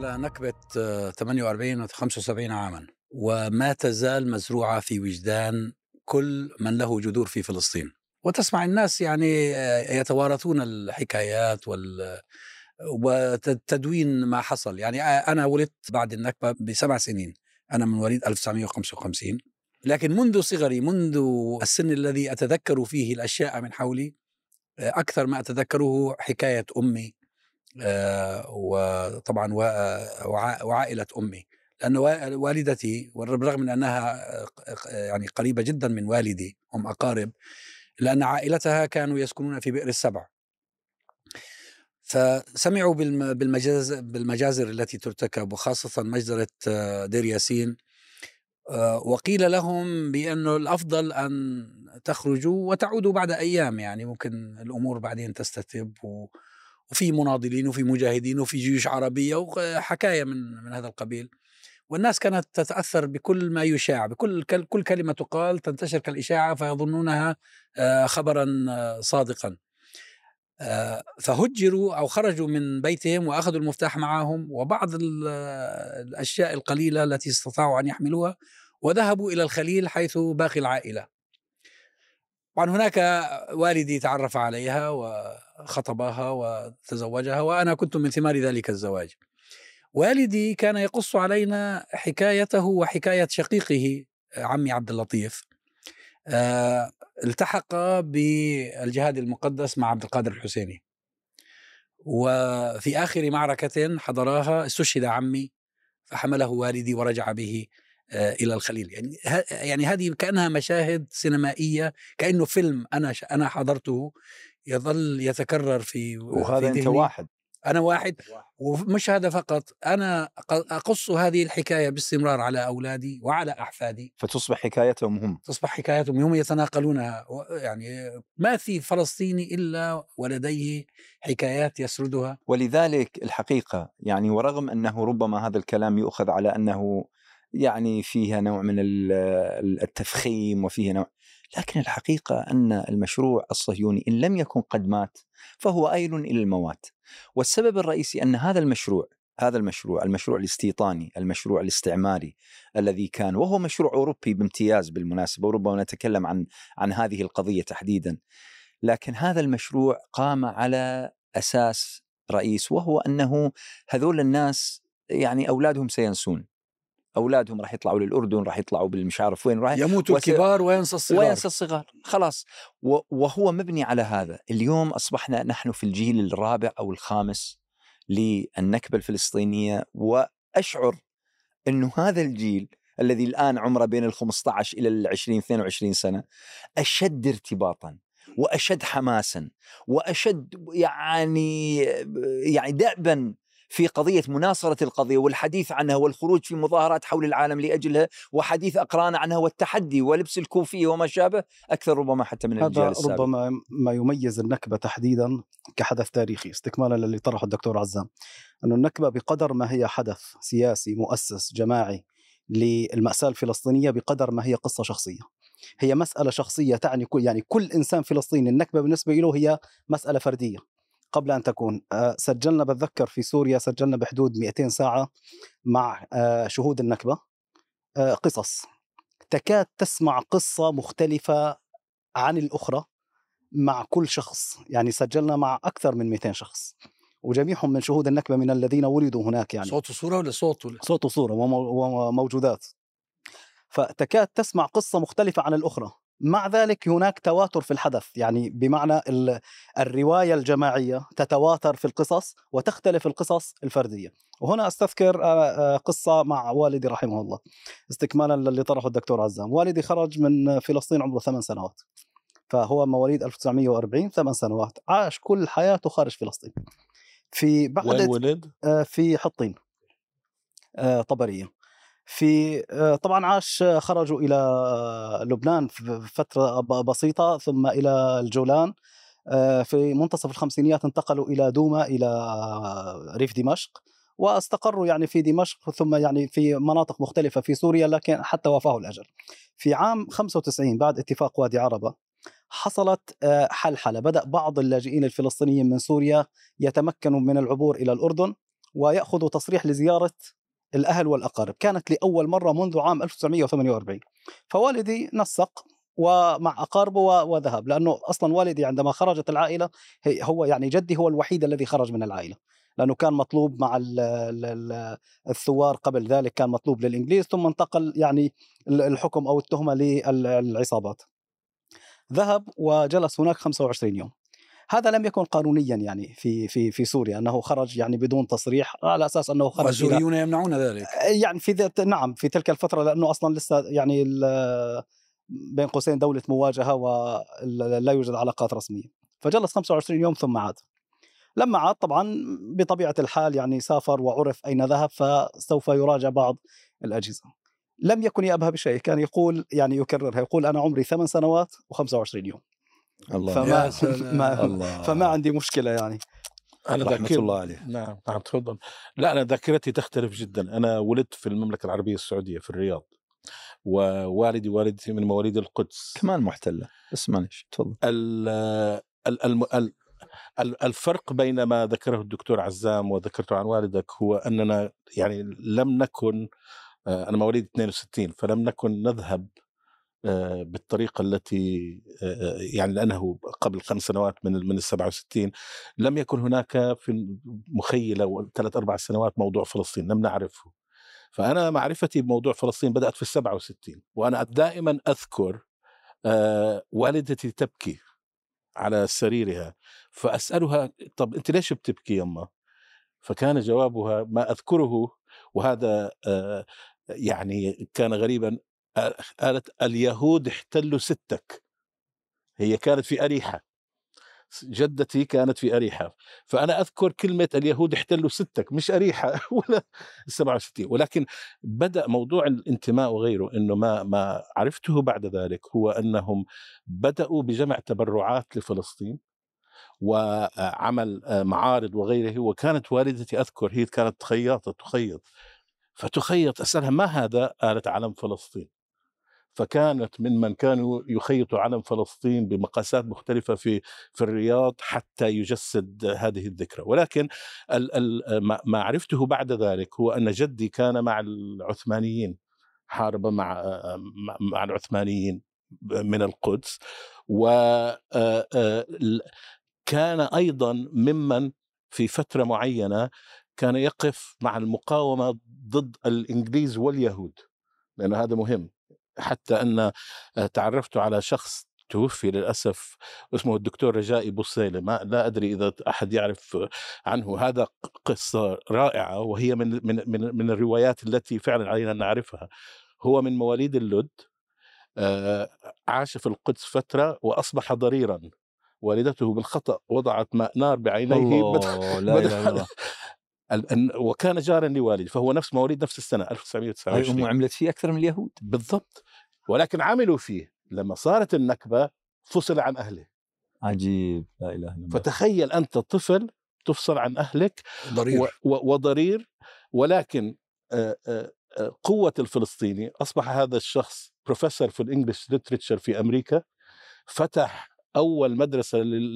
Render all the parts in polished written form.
على نكبة 48 و 75 عاما، وما تزال مزروعة في وجدان كل من له جذور في فلسطين. وتسمع الناس يعني يتوارثون الحكايات وتدوين ما حصل. يعني أنا ولدت بعد النكبة ب7 سنين، أنا من مواليد 1955، لكن منذ صغري، منذ السن الذي أتذكر فيه الأشياء من حولي، أكثر ما أتذكره حكاية أمي، وطبعا وعائلة أمي، لأن والدتي بالرغم من أنها يعني قريبة جدا من والدي، هم أقارب، لأن عائلتها كانوا يسكنون في بئر السبع، فسمعوا بالمجازر التي ترتكب، وخاصة مجزرة دير ياسين، وقيل لهم بأنه الأفضل أن تخرجوا وتعودوا بعد أيام، يعني ممكن الأمور بعدين تستتب، وفي مناضلين وفي مجاهدين وفي جيوش عربية وحكاية من هذا القبيل. والناس كانت تتأثر بكل ما يشاع، كل كلمة تقال تنتشر كالإشاعة فيظنونها خبرا صادقا. فهجروا أو خرجوا من بيتهم وأخذوا المفتاح معهم وبعض الأشياء القليلة التي استطاعوا أن يحملوها، وذهبوا إلى الخليل حيث باقي العائلة. طبعا هناك والدي تعرف عليها وخطبها وتزوجها، وأنا كنت من ثمار ذلك الزواج. والدي كان يقص علينا حكايته وحكاية شقيقه عمي عبد اللطيف. التحق بالجهاد المقدس مع عبد القادر الحسيني، وفي آخر معركة حضراها استشهد عمي، فحمله والدي ورجع به إلى الخليل. يعني هذه كأنها مشاهد سينمائية، كأنه فيلم أنا حضرته يظل يتكرر في وهذا أنت ذهني. واحد، أنا واحد، ومش هذا فقط، أنا أقص هذه الحكاية باستمرار على أولادي وعلى أحفادي، فتصبح حكايتهم هم. تصبح حكايتهم هم يتناقلونها. يعني ما في فلسطيني إلا ولديه حكايات يسردها. ولذلك الحقيقة يعني ورغم أنه ربما هذا الكلام يؤخذ على أنه يعني فيها نوع من التفخيم وفيها نوع، لكن الحقيقة أن المشروع الصهيوني إن لم يكن قد مات فهو آيل إلى الموات. والسبب الرئيسي أن هذا المشروع المشروع الاستيطاني، المشروع الاستعماري الذي كان، وهو مشروع أوروبي بامتياز بالمناسبة، وربما نتكلم عن هذه القضية تحديدا، لكن هذا المشروع قام على أساس رئيس، وهو أنه هذول الناس يعني أولادهم سينسون، أولادهم راح يطلعوا للأردن، راح يطلعوا بالمش عارف وين، راح يموت الكبار وينسى الصغار خلاص. وهو مبني على هذا. اليوم أصبحنا نحن في الجيل الرابع أو الخامس للنكبة الفلسطينية، وأشعر أنه هذا الجيل الذي الآن عمره بين 15 إلى 20-22 سنة أشد ارتباطا وأشد حماسا وأشد يعني دأبا في قضية مناصرة القضية والحديث عنها والخروج في مظاهرات حول العالم لأجلها، وحديث أقران عنها والتحدي ولبس الكوفية وما شابه، أكثر ربما حتى من الرجال السابق. ربما ما يميز النكبة تحديدا كحدث تاريخي، استكمالا للي طرحه الدكتور عزام، أن النكبة بقدر ما هي حدث سياسي مؤسس جماعي للمأساة الفلسطينية، بقدر ما هي قصة شخصية، هي مسألة شخصية تعني كل إنسان فلسطيني. النكبة بالنسبة له هي مسألة فردية قبل أن تكون. سجلنا، بتذكر في سوريا سجلنا بحدود 200 ساعة مع شهود النكبة، قصص تكاد تسمع قصة مختلفة عن الأخرى مع كل شخص. يعني سجلنا مع أكثر من 200 شخص، وجميعهم من شهود النكبة من الذين ولدوا هناك. يعني صوت وصورة ولا صوت وصورة وموجودات، فتكاد تسمع قصة مختلفة عن الأخرى. مع ذلك هناك تواتر في الحدث، يعني بمعنى الرواية الجماعية تتواتر في القصص وتختلف القصص الفردية. وهنا أستذكر قصة مع والدي رحمه الله، استكمالا للي طرحه الدكتور عزام. والدي خرج من فلسطين عمره 8 سنوات، فهو مواليد 1940، 8 سنوات عاش كل حياته خارج فلسطين. في بعد ولد في حطين طبرية. طبعا خرجوا إلى لبنان في فترة بسيطة، ثم إلى الجولان. في منتصف الخمسينيات انتقلوا إلى دوما، إلى ريف دمشق، واستقروا يعني في دمشق، ثم يعني في مناطق مختلفة في سوريا، لكن حتى وافاه الأجل. في عام 95 بعد اتفاق وادي عربة حصلت حلحلة، بدأ بعض اللاجئين الفلسطينيين من سوريا يتمكنوا من العبور إلى الأردن، ويأخذ تصريح لزيارة الأهل والأقارب. كانت لأول مرة منذ عام 1948. فوالدي نسق ومع أقاربه وذهب، لأنه أصلا والدي عندما خرجت العائلة هو يعني جدي هو الوحيد الذي خرج من العائلة، لأنه كان مطلوب مع الثوار قبل ذلك، كان مطلوب للإنجليز، ثم انتقل يعني الحكم أو التهمة للعصابات. ذهب وجلس هناك 25 يوم. هذا لم يكن قانونيا يعني في سوريا، أنه خرج يعني بدون تصريح، على أساس أنه خرج. والسوريون يمنعون ذلك يعني نعم في تلك الفترة، لأنه أصلا لسه يعني بين قوسين دولة مواجهة ولا يوجد علاقات رسمية. فجلس 25 يوم ثم عاد. لما عاد طبعا بطبيعة الحال يعني سافر وعرف أين ذهب، فسوف يراجع بعض الأجهزة. لم يكن يأبه بشيء، كان يقول يعني يكررها، يقول أنا عمري 8 سنوات و25 يوم. الله. فما عندي مشكلة يعني. أنا رحمة الله عليه. نعم تفضل. لا أنا ذاكرتي تختلف جدا. أنا ولدت في المملكة العربية السعودية في الرياض، ووالدتي من مواليد القدس كمان محتلة. بس معلش تفضل. الفرق بين ما ذكره الدكتور عزام وذكرته عن والدك هو أننا يعني لم نكن، أنا مواليد 62، فلم نكن نذهب بالطريقة التي يعني لأنه قبل 5 سنوات من 67 لم يكن هناك في مخيلة 3-4 سنوات موضوع فلسطين، لم نعرفه. فأنا معرفتي بموضوع فلسطين بدأت في 67، وأنا دائما أذكر والدتي تبكي على سريرها، فأسألها طب أنت ليش بتبكي يما؟ فكان جوابها ما أذكره، وهذا يعني كان غريبا. قالت اليهود احتلوا ستك. هي كانت في أريحة، جدتي كانت في أريحة، فأنا أذكر كلمة اليهود احتلوا ستك، مش أريحة ولا 67. ولكن بدأ موضوع الانتماء وغيره، إنه ما عرفته بعد ذلك هو أنهم بدأوا بجمع تبرعات لفلسطين وعمل معارض وغيره. وكانت والدتي أذكر هي كانت تخيط فتخيط، أسألها ما هذا؟ قالت علم فلسطين. فكانت ممن كانوا يخيطوا علم فلسطين بمقاسات مختلفة في الرياض حتى يجسد هذه الذكرى. ولكن ما عرفته بعد ذلك هو أن جدي كان مع العثمانيين، حارب مع العثمانيين من القدس، وكان أيضا ممن في فترة معينة كان يقف مع المقاومة ضد الإنجليز واليهود، لأن هذا مهم. حتى أن تعرفت على شخص توفي للأسف اسمه الدكتور رجائي بوصيلة، لا أدري إذا أحد يعرف عنه. هذا قصة رائعة، وهي من الروايات التي فعلا علينا أن نعرفها. هو من مواليد اللد، عاش في القدس فترة وأصبح ضريرا. والدته بالخطأ وضعت ماء نار بعينيه وكان جارا لوالدي، فهو نفس مواليد نفس السنة 1929. أمه عملت فيه أكثر من اليهود بالضبط، ولكن عملوا فيه. لما صارت النكبة فصل عن أهله. عجيب، لا إله إلا الله. فتخيل أنت طفل تفصل عن أهلك وضرير. ولكن قوة الفلسطيني، أصبح هذا الشخص بروفيسور في الإنجليش ليتريتشر في أمريكا، فتح أول مدرسة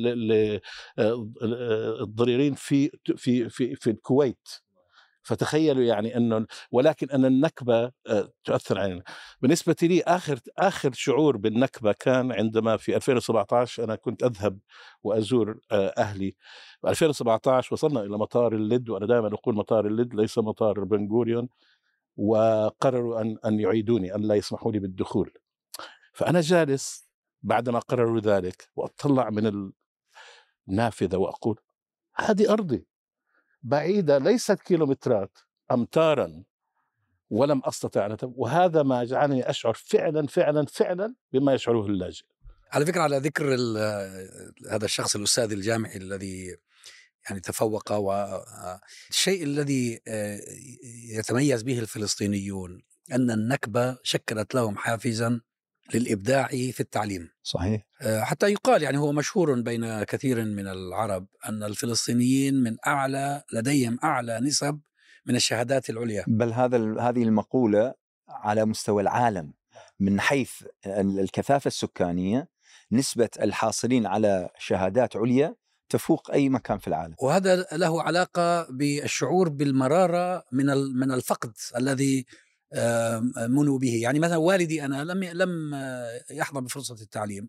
للضريرين في الكويت. فتخيلوا يعني أنه، ولكن أن النكبة تؤثر علينا. بالنسبة لي آخر شعور بالنكبة كان عندما في 2017 أنا كنت أذهب وأزور أهلي. في 2017 وصلنا إلى مطار اللد، وأنا دائما أقول مطار اللد ليس مطار بن غوريون، وقرروا أن يعيدوني، أن لا يسمحوا لي بالدخول. فأنا جالس بعدما قرروا ذلك وأطلع من النافذة وأقول هذه أرضي بعيدة ليست كيلومترات، أمتارا، ولم أستطع أن وهذا ما جعلني أشعر فعلا فعلا فعلا بما يشعره اللاجئ. على فكرة، على ذكر هذا الشخص الأستاذ الجامعي الذي يعني تفوق، والشيء الذي يتميز به الفلسطينيون أن النكبة شكلت لهم حافزا للإبداع في التعليم. صحيح. حتى يقال يعني هو مشهور بين كثير من العرب أن الفلسطينيين لديهم أعلى نسب من الشهادات العليا. بل هذه المقولة على مستوى العالم من حيث الكثافة السكانية، نسبة الحاصلين على شهادات عليا تفوق أي مكان في العالم. وهذا له علاقة بالشعور بالمرارة من الفقد الذي منوا به. يعني مثلا والدي أنا لم يحظى بفرصة التعليم،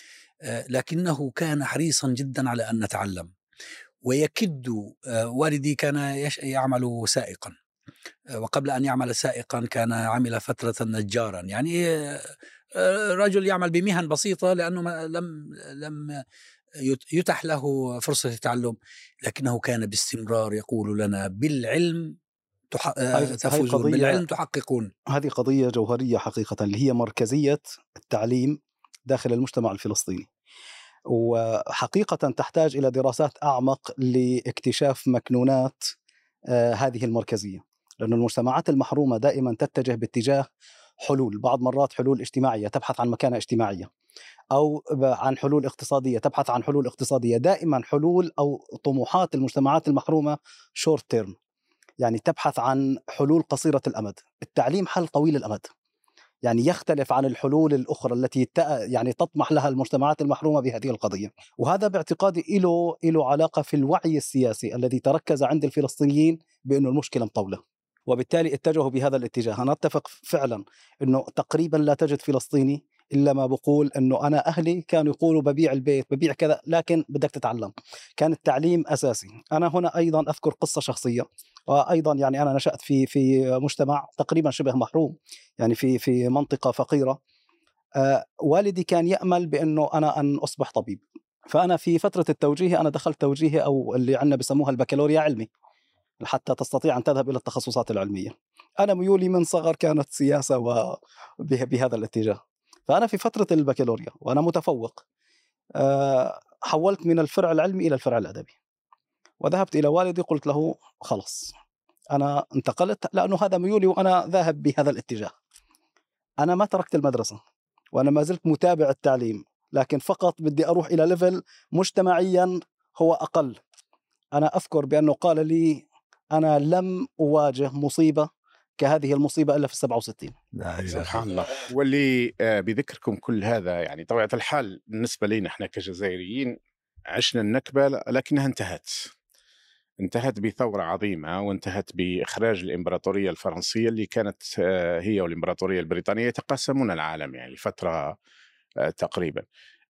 لكنه كان حريصا جدا على أن نتعلم، ويكد. والدي كان يعمل سائقا، وقبل أن يعمل سائقا كان عمل فترة نجارا، يعني رجل يعمل بمهن بسيطة لأنه لم يتح له فرصة التعلم، لكنه كان باستمرار يقول لنا بالعلم تفوزون، بالعلم تحققون. هذه قضية جوهرية حقيقة، اللي هي مركزية التعليم داخل المجتمع الفلسطيني، وحقيقة تحتاج إلى دراسات أعمق لاكتشاف مكنونات هذه المركزية، لأن المجتمعات المحرومة دائما تتجه باتجاه حلول، بعض مرات حلول اجتماعية تبحث عن مكانة اجتماعية، أو عن حلول اقتصادية تبحث عن حلول اقتصادية. دائما حلول أو طموحات المجتمعات المحرومة شورت تيرم، يعني تبحث عن حلول قصيرة الأمد. التعليم حل طويل الأمد، يعني يختلف عن الحلول الأخرى التي يعني تطمح لها المجتمعات المحرومة بهذه القضية. وهذا باعتقادي له علاقة في الوعي السياسي الذي تركز عند الفلسطينيين بأنه المشكلة مطولة، وبالتالي اتجهوا بهذا الاتجاه. أنا أتفق فعلا أنه تقريبا لا تجد فلسطيني إلا ما بقول أنه أنا أهلي كانوا يقولوا ببيع البيت ببيع كذا، لكن بدك تتعلم. كان التعليم أساسي. أنا هنا أيضا أذكر قصة شخصية، وأيضا يعني أنا نشأت في مجتمع تقريبا شبه محروم، يعني في منطقة فقيرة. والدي كان يأمل بأنه أنا أن أصبح طبيب، فأنا في فترة التوجيه أنا دخلت توجيهي أو اللي عندنا بسموها البكالوريا علمي، حتى تستطيع أن تذهب إلى التخصصات العلمية. أنا ميولي من صغر كانت سياسة وبهذا الاتجاه. فأنا في فترة البكالوريا وأنا متفوق حولت من الفرع العلمي إلى الفرع الأدبي، وذهبت إلى والدي قلت له خلص أنا انتقلت لأنه هذا ميولي وأنا ذاهب بهذا الاتجاه. أنا ما تركت المدرسة وأنا ما زلت متابع التعليم، لكن فقط بدي أروح إلى ليفل مجتمعيا هو أقل. أنا أذكر بأنه قال لي أنا لم أواجه مصيبة كهذه المصيبة إلا في 67. سبحان الله. واللي بذكركم كل هذا، يعني طبيعة الحال بالنسبة لنا احنا كجزائريين عشنا النكبة، لكنها انتهت بثورة عظيمة، وانتهت بإخراج الإمبراطورية الفرنسية اللي كانت هي والإمبراطورية البريطانية يتقاسمون العالم يعني فترة تقريبا.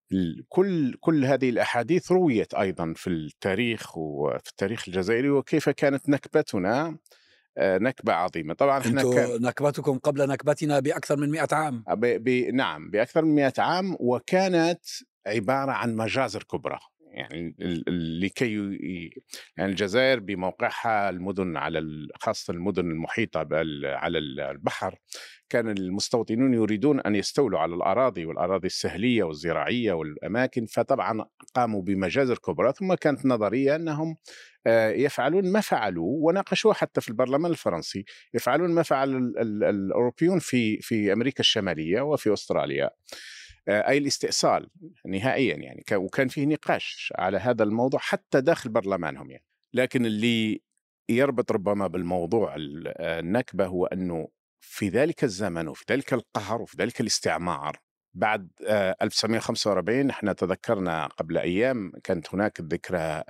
كل هذه الأحاديث رويت أيضا في التاريخ وفي التاريخ الجزائري، وكيف كانت نكبتنا نكبة عظيمة. طبعا احنا نكبتكم قبل نكبتنا بأكثر من 100 عام. نعم، بأكثر من 100 عام، وكانت عبارة عن مجازر كبرى. يعني لكي يعني الجزائر بموقعها المدن خاصة المدن المحيطة على البحر، كان المستوطنون يريدون أن يستولوا على الأراضي والأراضي السهلية والزراعية والأماكن، فطبعا قاموا بمجازر كبرى. ثم كانت نظرية أنهم يفعلون ما فعلوا، وناقشوها حتى في البرلمان الفرنسي، يفعلون ما فعل الأوروبيون في أمريكا الشمالية وفي أستراليا، أي الاستئصال نهائيا يعني. وكان فيه نقاش على هذا الموضوع حتى داخل برلمانهم يعني. لكن اللي يربط ربما بالموضوع النكبة هو أنه في ذلك الزمن وفي ذلك القهر وفي ذلك الاستعمار بعد 1945، احنا تذكرنا قبل أيام كانت هناك الذكرى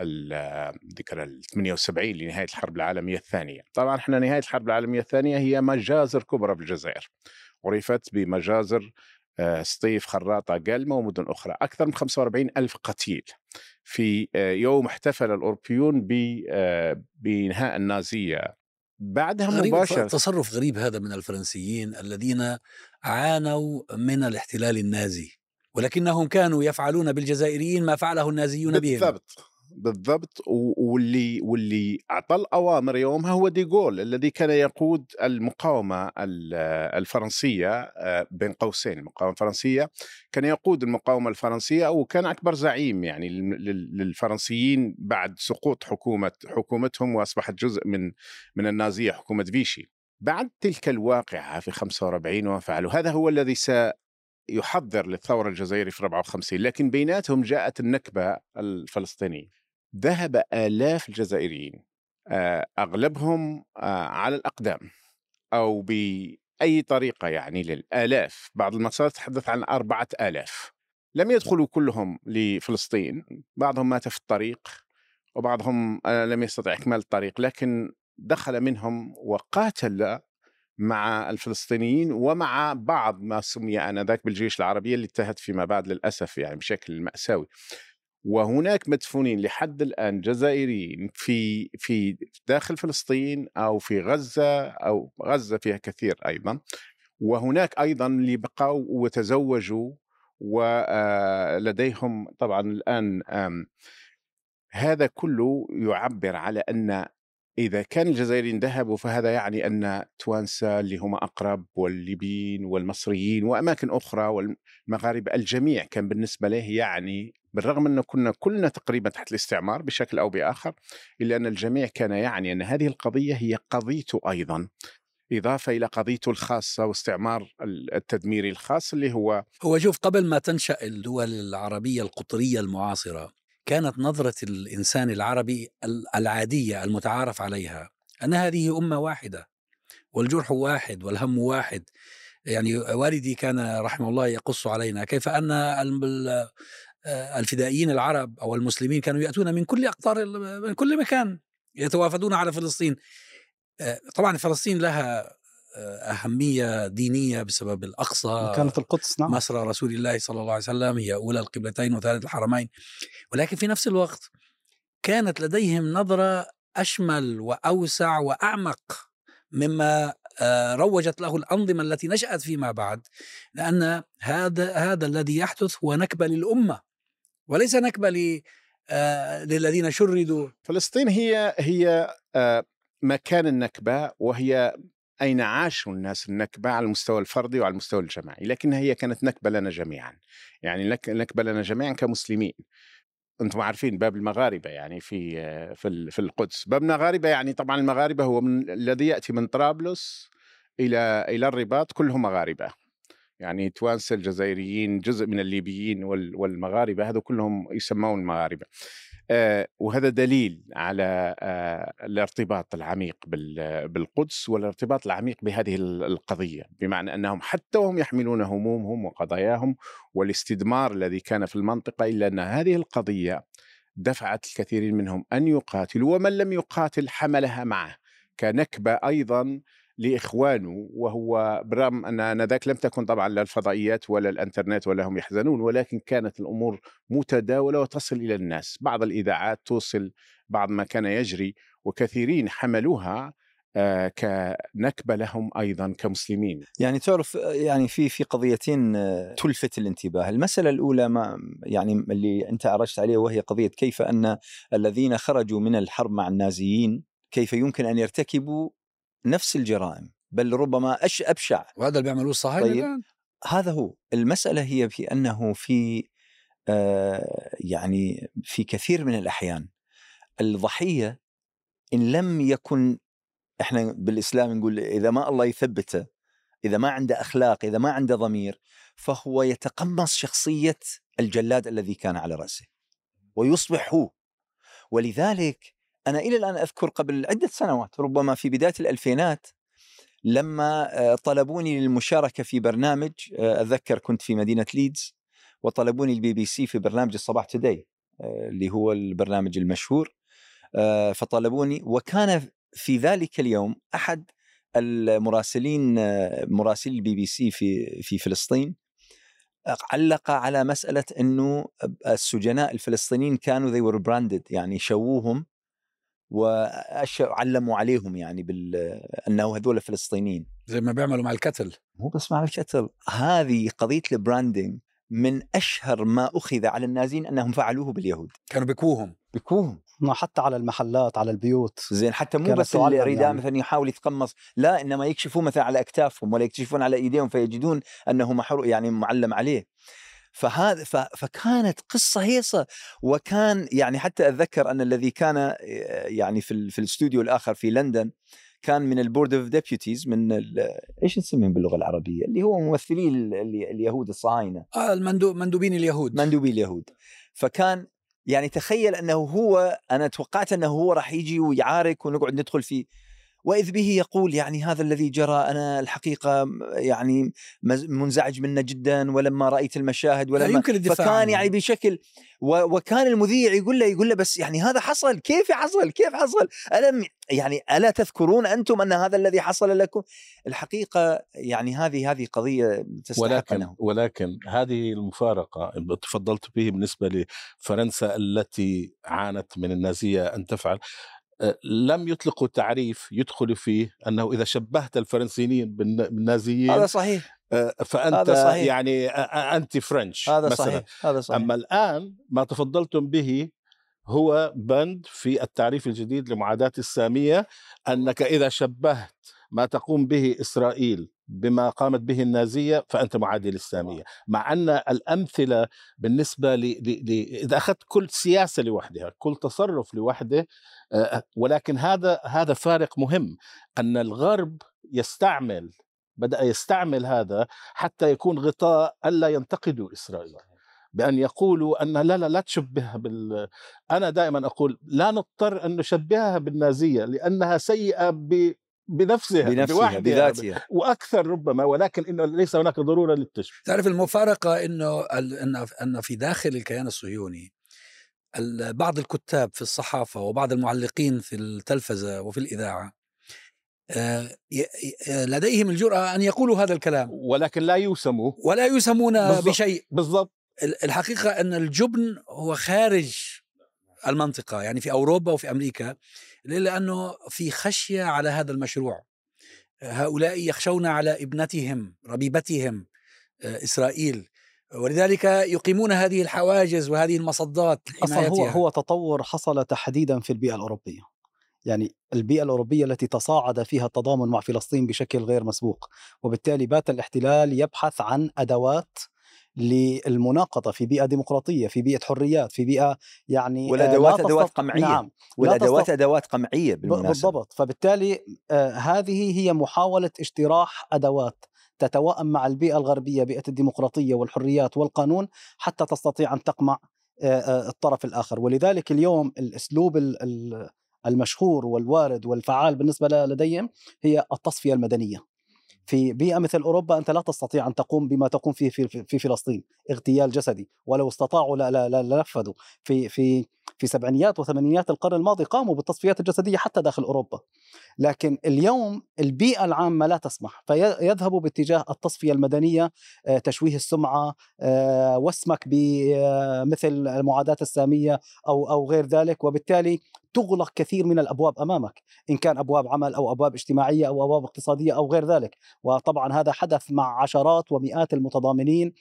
78 لنهاية الحرب العالمية الثانية. طبعا احنا نهاية الحرب العالمية الثانية هي مجازر كبرى بالجزائر، عرفت بمجازر سطيف، خراطة، قلمة ومدن أخرى. أكثر من 45 ألف قتيل في يوم احتفل الأوروبيون بإنهاء النازية. بعدها مباشرة تصرف غريب هذا من الفرنسيين الذين عانوا من الاحتلال النازي، ولكنهم كانوا يفعلون بالجزائريين ما فعله النازيون بهم. بالضبط. واللي أعطى الأوامر يومها هو ديغول، الذي كان يقود المقاومة الفرنسية، بين قوسين المقاومة الفرنسية، كان يقود المقاومة الفرنسية، أو كان أكبر زعيم يعني للفرنسيين بعد سقوط حكومتهم وأصبحت جزء من النازية، حكومة فيشي. بعد تلك الواقعة في 45 وفعلوا هذا هو الذي يحضر للثورة الجزائرية في 54. لكن بيناتهم جاءت النكبة الفلسطينية. ذهب آلاف الجزائريين، أغلبهم على الأقدام أو بأي طريقة، يعني للآلاف. بعض المصادر تتحدث عن 4000 لم يدخلوا كلهم لفلسطين، بعضهم مات في الطريق وبعضهم لم يستطع إكمال الطريق، لكن دخل منهم وقاتل مع الفلسطينيين ومع بعض ما سمي آنذاك بالجيش العربي اللي انتهت فيما بعد للأسف يعني بشكل مأساوي. وهناك مدفونين لحد الآن جزائريين في داخل فلسطين أو في غزة، أو غزة فيها كثير أيضا، وهناك أيضا اللي بقوا وتزوجوا ولديهم طبعا الآن هذا كله يعبر على أن إذا كان الجزائريين ذهبوا فهذا يعني أن توانسة اللي هم أقرب والليبيين والمصريين وأماكن أخرى والمغاربة الجميع كان بالنسبة له يعني، بالرغم أنه كنا كلنا تقريبا تحت الاستعمار بشكل أو بآخر، إلا أن الجميع كان يعني أن هذه القضية هي قضيته أيضا، إضافة إلى قضيته الخاصة واستعمار التدميري الخاص اللي هو شوف، قبل ما تنشأ الدول العربية القطرية المعاصرة كانت نظرة الإنسان العربي العادية المتعارف عليها أن هذه أمة واحدة والجرح واحد والهم واحد. يعني والدي كان رحمه الله يقص علينا كيف أن الفدائيين العرب أو المسلمين كانوا يأتون من كل أقطار، من كل مكان، يتوافدون على فلسطين. طبعا فلسطين لها أهمية دينية بسبب الأقصى، كانت القدس نعم مسرى رسول الله صلى الله عليه وسلم، هي أولى القبلتين وثالث الحرمين، ولكن في نفس الوقت كانت لديهم نظرة أشمل وأوسع وأعمق مما روجت له الأنظمة التي نشأت فيما بعد، لأن هذا الذي يحدث هو نكبة للأمة وليس نكبة للذين شردوا. فلسطين هي مكان النكبة، وهي أين عاشوا الناس النكبة على المستوى الفردي وعلى المستوى الجماعي، لكنها هي كانت نكبة لنا جميعا، يعني نكبة لنا جميعا كمسلمين. أنتم عارفين باب المغاربة يعني في القدس، باب المغاربة يعني طبعا المغاربة هو الذي يأتي من طرابلس إلى الرباط كلهم مغاربة، يعني توانسة الجزائريين جزء من الليبيين والمغاربة هذا كلهم يسمون مغاربة. وهذا دليل على الارتباط العميق بالقدس والارتباط العميق بهذه القضية، بمعنى أنهم حتى وهم يحملون همومهم وقضاياهم والاستدمار الذي كان في المنطقة، إلا أن هذه القضية دفعت الكثيرين منهم أن يقاتلوا، ومن لم يقاتل حملها معه كنكبة أيضا لإخوانه. وهو برغم أن آنذاك لم تكن طبعا لا الفضائيات ولا الإنترنت ولا هم يحزنون، ولكن كانت الأمور متداولة وتصل إلى الناس، بعض الإذاعات توصل بعض ما كان يجري، وكثيرين حملوها كنكبة لهم أيضا كمسلمين. يعني تعرف يعني في قضيتين تلفت الانتباه. المسألة الأولى ما يعني اللي أنت عرجت عليه، وهي قضية كيف أن الذين خرجوا من الحرب مع النازيين كيف يمكن أن يرتكبوا نفس الجرائم، بل ربما أبشع. وهذا اللي بيعملوه الصهاينة. طيب هذا هو المسألة، هي في أنه في يعني في كثير من الأحيان الضحية إن لم يكن، إحنا بالإسلام نقول إذا ما الله يثبته، إذا ما عنده أخلاق، إذا ما عنده ضمير، فهو يتقمص شخصية الجلاد الذي كان على رأسه ويصبح هو. ولذلك أنا إلى الآن أذكر قبل عدة سنوات، ربما في بداية الألفينات، لما طلبوني للمشاركة في برنامج، أذكر كنت في مدينة ليدز، وطلبوني البي بي سي في برنامج الصباح توداي اللي هو البرنامج المشهور، فطلبوني. وكان في ذلك اليوم أحد المراسلين، مراسلي البي بي سي في فلسطين، علق على مسألة أنه السجناء الفلسطينيين كانوا they were branded، يعني شووهم وعلموا عليهم يعني أنه هذول فلسطينيين، زي ما بيعملوا مع الكتل. مو بس مع الكتل، هذه قضية البراندينج من أشهر ما أخذ على النازين أنهم فعلوه باليهود، كانوا بكوهم حتى على المحلات، على البيوت. زين، حتى مو بس الرداء يعني مثلا يحاول يتقمص، لا، إنما يكشفوا مثلا على أكتافهم ولا يكشفون على إيديهم فيجدون أنه يعني معلم عليه. فكانت قصة هيصة. وكان يعني حتى أتذكر أن الذي كان يعني في الاستوديو الآخر في لندن كان من البورد اوف ديبيوتيز، من ايش نسميهم باللغة العربية، اللي هو ممثلي اليهود الصهاينة، مندوبين اليهود. فكان يعني تخيل أنه هو، أنا توقعت أنه هو راح يجي ويعارك ونقعد ندخل فيه، وإذ به يقول يعني هذا الذي جرى أنا الحقيقة يعني منزعج منه جدا، ولما رأيت المشاهد لا ولما يمكن الدفاع فكان عنه. يعني بشكل وكان المذيع يقول له بس يعني هذا حصل، كيف حصل ألم يعني ألا تذكرون أنتم أن هذا الذي حصل لكم؟ الحقيقة يعني هذه قضية تستحق ولكن هذه المفارقة تفضلت به بالنسبة لفرنسا التي عانت من النازية أن تفعل، لم يطلقوا تعريف يدخل فيه أنه إذا شبهت الفرنسيين بالنازيين هذا صحيح، فأنت هذا صحيح. يعني أنتي فرنش هذا مثلا. صحيح. هذا صحيح. أما الآن ما تفضلتم به هو بند في التعريف الجديد لمعاداة السامية، أنك إذا شبهت ما تقوم به إسرائيل بما قامت به النازية فأنت معادي للسامية، مع أن الأمثلة بالنسبة إذا أخذت كل سياسة لوحدها، كل تصرف لوحده، ولكن هذا فارق مهم، أن الغرب بدأ يستعمل هذا حتى يكون غطاء ألا ينتقدوا إسرائيل، بأن يقولوا أن لا تشبهها أنا دائما أقول لا نضطر أن نشبهها بالنازية لأنها سيئة بنفسها بذاتها وأكثر ربما، ولكن إنه ليس هناك ضرورة للتشبيه. تعرف المفارقة أن في داخل الكيان الصهيوني بعض الكتاب في الصحافة وبعض المعلقين في التلفزة وفي الإذاعة لديهم الجرأة أن يقولوا هذا الكلام، ولكن لا يسمون بشيء. بالضبط. الحقيقة أن الجبن هو خارج المنطقة، يعني في أوروبا وفي أمريكا، لأنه في خشية على هذا المشروع. هؤلاء يخشون على ابنتهم ربيبتهم إسرائيل، ولذلك يقيمون هذه الحواجز وهذه المصدات لحمايتها. هو تطور حصل تحديدا في البيئة الأوروبية، يعني البيئة الأوروبية التي تصاعد فيها التضامن مع فلسطين بشكل غير مسبوق، وبالتالي بات الاحتلال يبحث عن أدوات للمناقضة في بيئة ديمقراطية، في بيئة حريات، في بيئة يعني والأدوات أدوات قمعية. نعم. والأدوات أدوات قمعية بالمناسبة. بالضبط. فبالتالي هذه هي محاولة اجتراح أدوات تتوائم مع البيئة الغربية، بيئة الديمقراطية والحريات والقانون، حتى تستطيع أن تقمع الطرف الآخر. ولذلك اليوم الأسلوب المشهور والوارد والفعال بالنسبة لديهم هي التصفية المدنية. في بيئة مثل أوروبا أنت لا تستطيع أن تقوم بما تقوم فيه في فلسطين، اغتيال جسدي، ولو استطاعوا لنفذوا في سبعينيات وثمانينيات القرن الماضي قاموا بالتصفيات الجسدية حتى داخل أوروبا. لكن اليوم البيئة العامة لا تسمح، فيذهبوا باتجاه التصفية المدنية، تشويه السمعة، واسمك بمثل المعاداة السامية أو غير ذلك، وبالتالي تغلق كثير من الأبواب أمامك، إن كان أبواب عمل أو أبواب اجتماعية أو أبواب اقتصادية أو غير ذلك. وطبعا هذا حدث مع عشرات ومئات المتضامنين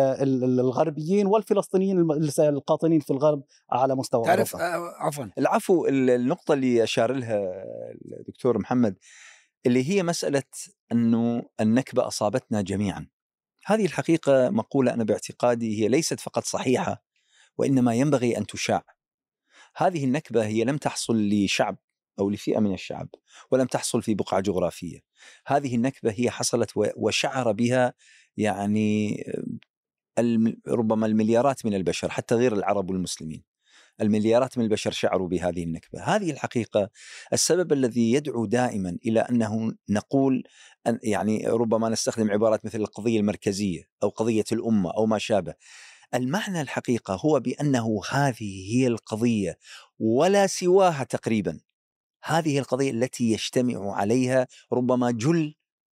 الغربيين والفلسطينيين القاطنين في الغرب على مستوى تعرف العفو. النقطة اللي أشار لها الدكتور محمد اللي هي مسألة أنه النكبة أصابتنا جميعا، هذه الحقيقة مقولة أنا باعتقادي هي ليست فقط صحيحة وإنما ينبغي أن تشاع. هذه النكبة هي لم تحصل لشعب أو لفئة من الشعب، ولم تحصل في بقعة جغرافية. هذه النكبة هي حصلت وشعر بها يعني ربما المليارات من البشر، حتى غير العرب والمسلمين، المليارات من البشر شعروا بهذه النكبة. هذه الحقيقة السبب الذي يدعو دائما إلى أنه نقول يعني ربما نستخدم عبارات مثل القضية المركزية أو قضية الأمة أو ما شابه. المعنى الحقيقة هو بأنه هذه هي القضية ولا سواها تقريبا، هذه القضية التي يجتمع عليها ربما جل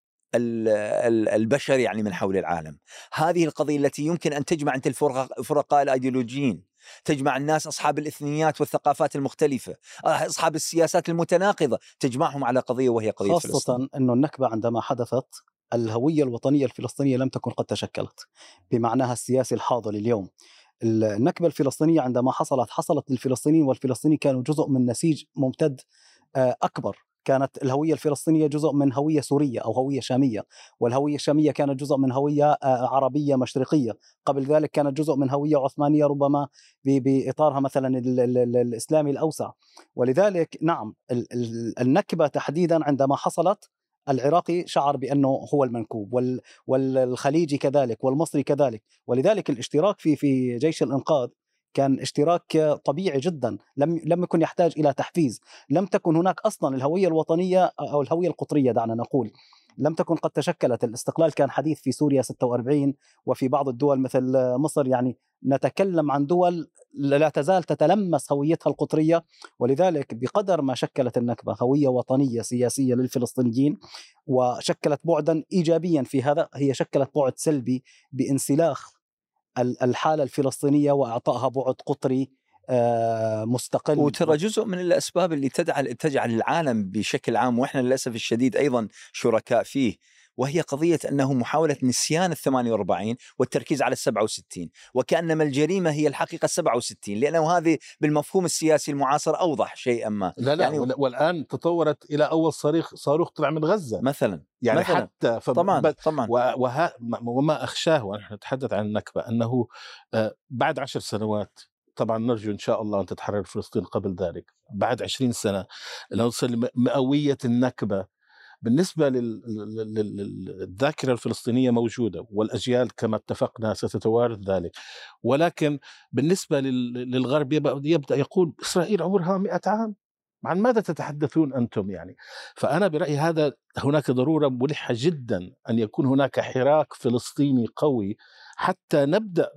البشر يعني من حول العالم. هذه القضية التي يمكن أن تجمع أنت الفرقاء الأيديولوجيين، تجمع الناس أصحاب الإثنيات والثقافات المختلفة، أصحاب السياسات المتناقضة، تجمعهم على قضية وهي قضية خاصة فلسطين. أنه النكبة عندما حدثت الهوية الوطنية الفلسطينية لم تكن قد تشكلت بمعناها السياسي الحاضر اليوم. النكبة الفلسطينية عندما حصلت للفلسطينيين، والفلسطينيين كانوا جزء من نسيج ممتد أكبر. كانت الهوية الفلسطينية جزء من هوية سورية أو هوية شامية، والهوية الشامية كانت جزء من هوية عربية مشرقية، قبل ذلك كانت جزء من هوية عثمانية ربما بإطارها مثلا الإسلامي الأوسع. ولذلك نعم النكبة تحديدا عندما حصلت العراقي شعر بأنه هو المنكوب، والخليجي كذلك، والمصري كذلك. ولذلك الاشتراك في جيش الإنقاذ كان اشتراك طبيعي جدا، لم يكن يحتاج إلى تحفيز. لم تكن هناك أصلا الهوية الوطنية أو الهوية القطرية، دعنا نقول لم تكن قد تشكلت. الاستقلال كان حديث في سوريا 46 وفي بعض الدول مثل مصر، يعني نتكلم عن دول لا تزال تتلمس هويتها القطرية. ولذلك بقدر ما شكلت النكبة هوية وطنية سياسية للفلسطينيين وشكلت بعدا إيجابيا في هذا، هي شكلت بعد سلبي بانسلاخ الحالة الفلسطينية وإعطائها بعد قطري مستقل. وترى جزء من الأسباب اللي تجعل العالم بشكل عام، وإحنا للأسف الشديد أيضا شركاء فيه، وهي قضية أنه محاولة نسيان 48 والتركيز على 67، وكأنما الجريمة هي الحقيقة 67، لأنه هذه بالمفهوم السياسي المعاصر أوضح شيئا ما. لا يعني والآن تطورت إلى أول صاروخ طلع من غزة مثلا، يعني مثلاً. حتى طبعا وما أخشاه ونحن نتحدث عن النكبة أنه بعد 10 سنوات، طبعا نرجو إن شاء الله أن تتحرر فلسطين قبل ذلك، بعد 20 سنة نوصل مئوية النكبة. بالنسبة للذاكرة الفلسطينية موجودة، والأجيال كما اتفقنا ستتوارث ذلك، ولكن بالنسبة للغرب يبدأ يقول إسرائيل عمرها 100 عام، عن ماذا تتحدثون أنتم يعني؟ فأنا برأيي هذا هناك ضرورة ملحة جدا أن يكون هناك حراك فلسطيني قوي حتى نبدأ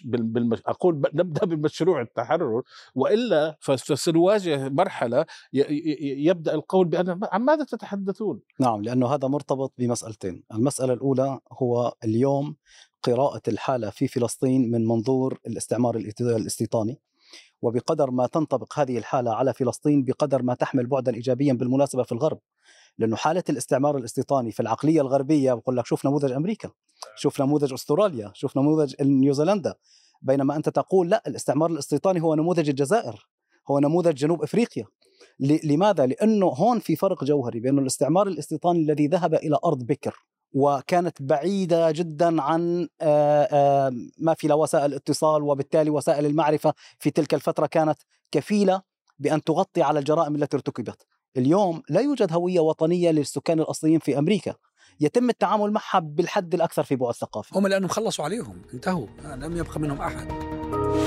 نبدأ بمشروع التحرر، وإلا فسنواجه مرحلة يبدأ القول بأن عن ماذا تتحدثون. نعم، لأنه هذا مرتبط بمسألتين. المسألة الأولى هو اليوم قراءة الحالة في فلسطين من منظور الاستعمار الاستيطاني، وبقدر ما تنطبق هذه الحالة على فلسطين بقدر ما تحمل بعدا إيجابيا بالمناسبة في الغرب. لأنه حالة الاستعمار الاستيطاني في العقلية الغربية بقول لك شوف نموذج أمريكا، شوف نموذج أستراليا، شوف نموذج نيوزيلندا، بينما أنت تقول لا، الاستعمار الاستيطاني هو نموذج الجزائر، هو نموذج جنوب إفريقيا. لماذا؟ لأنه هون في فرق جوهري بين الاستعمار الاستيطاني الذي ذهب إلى أرض بكر وكانت بعيدة جدا عن ما في لا وسائل اتصال، وبالتالي وسائل المعرفة في تلك الفترة كانت كفيلة بأن تغطي على الجرائم التي ارتكبت. اليوم لا يوجد هوية وطنية للسكان الأصليين في أمريكا، يتم التعامل معها بالحد الأكثر في بعد ثقافي. هم لأنهم خلصوا عليهم، انتهوا، لم يبقى منهم أحد.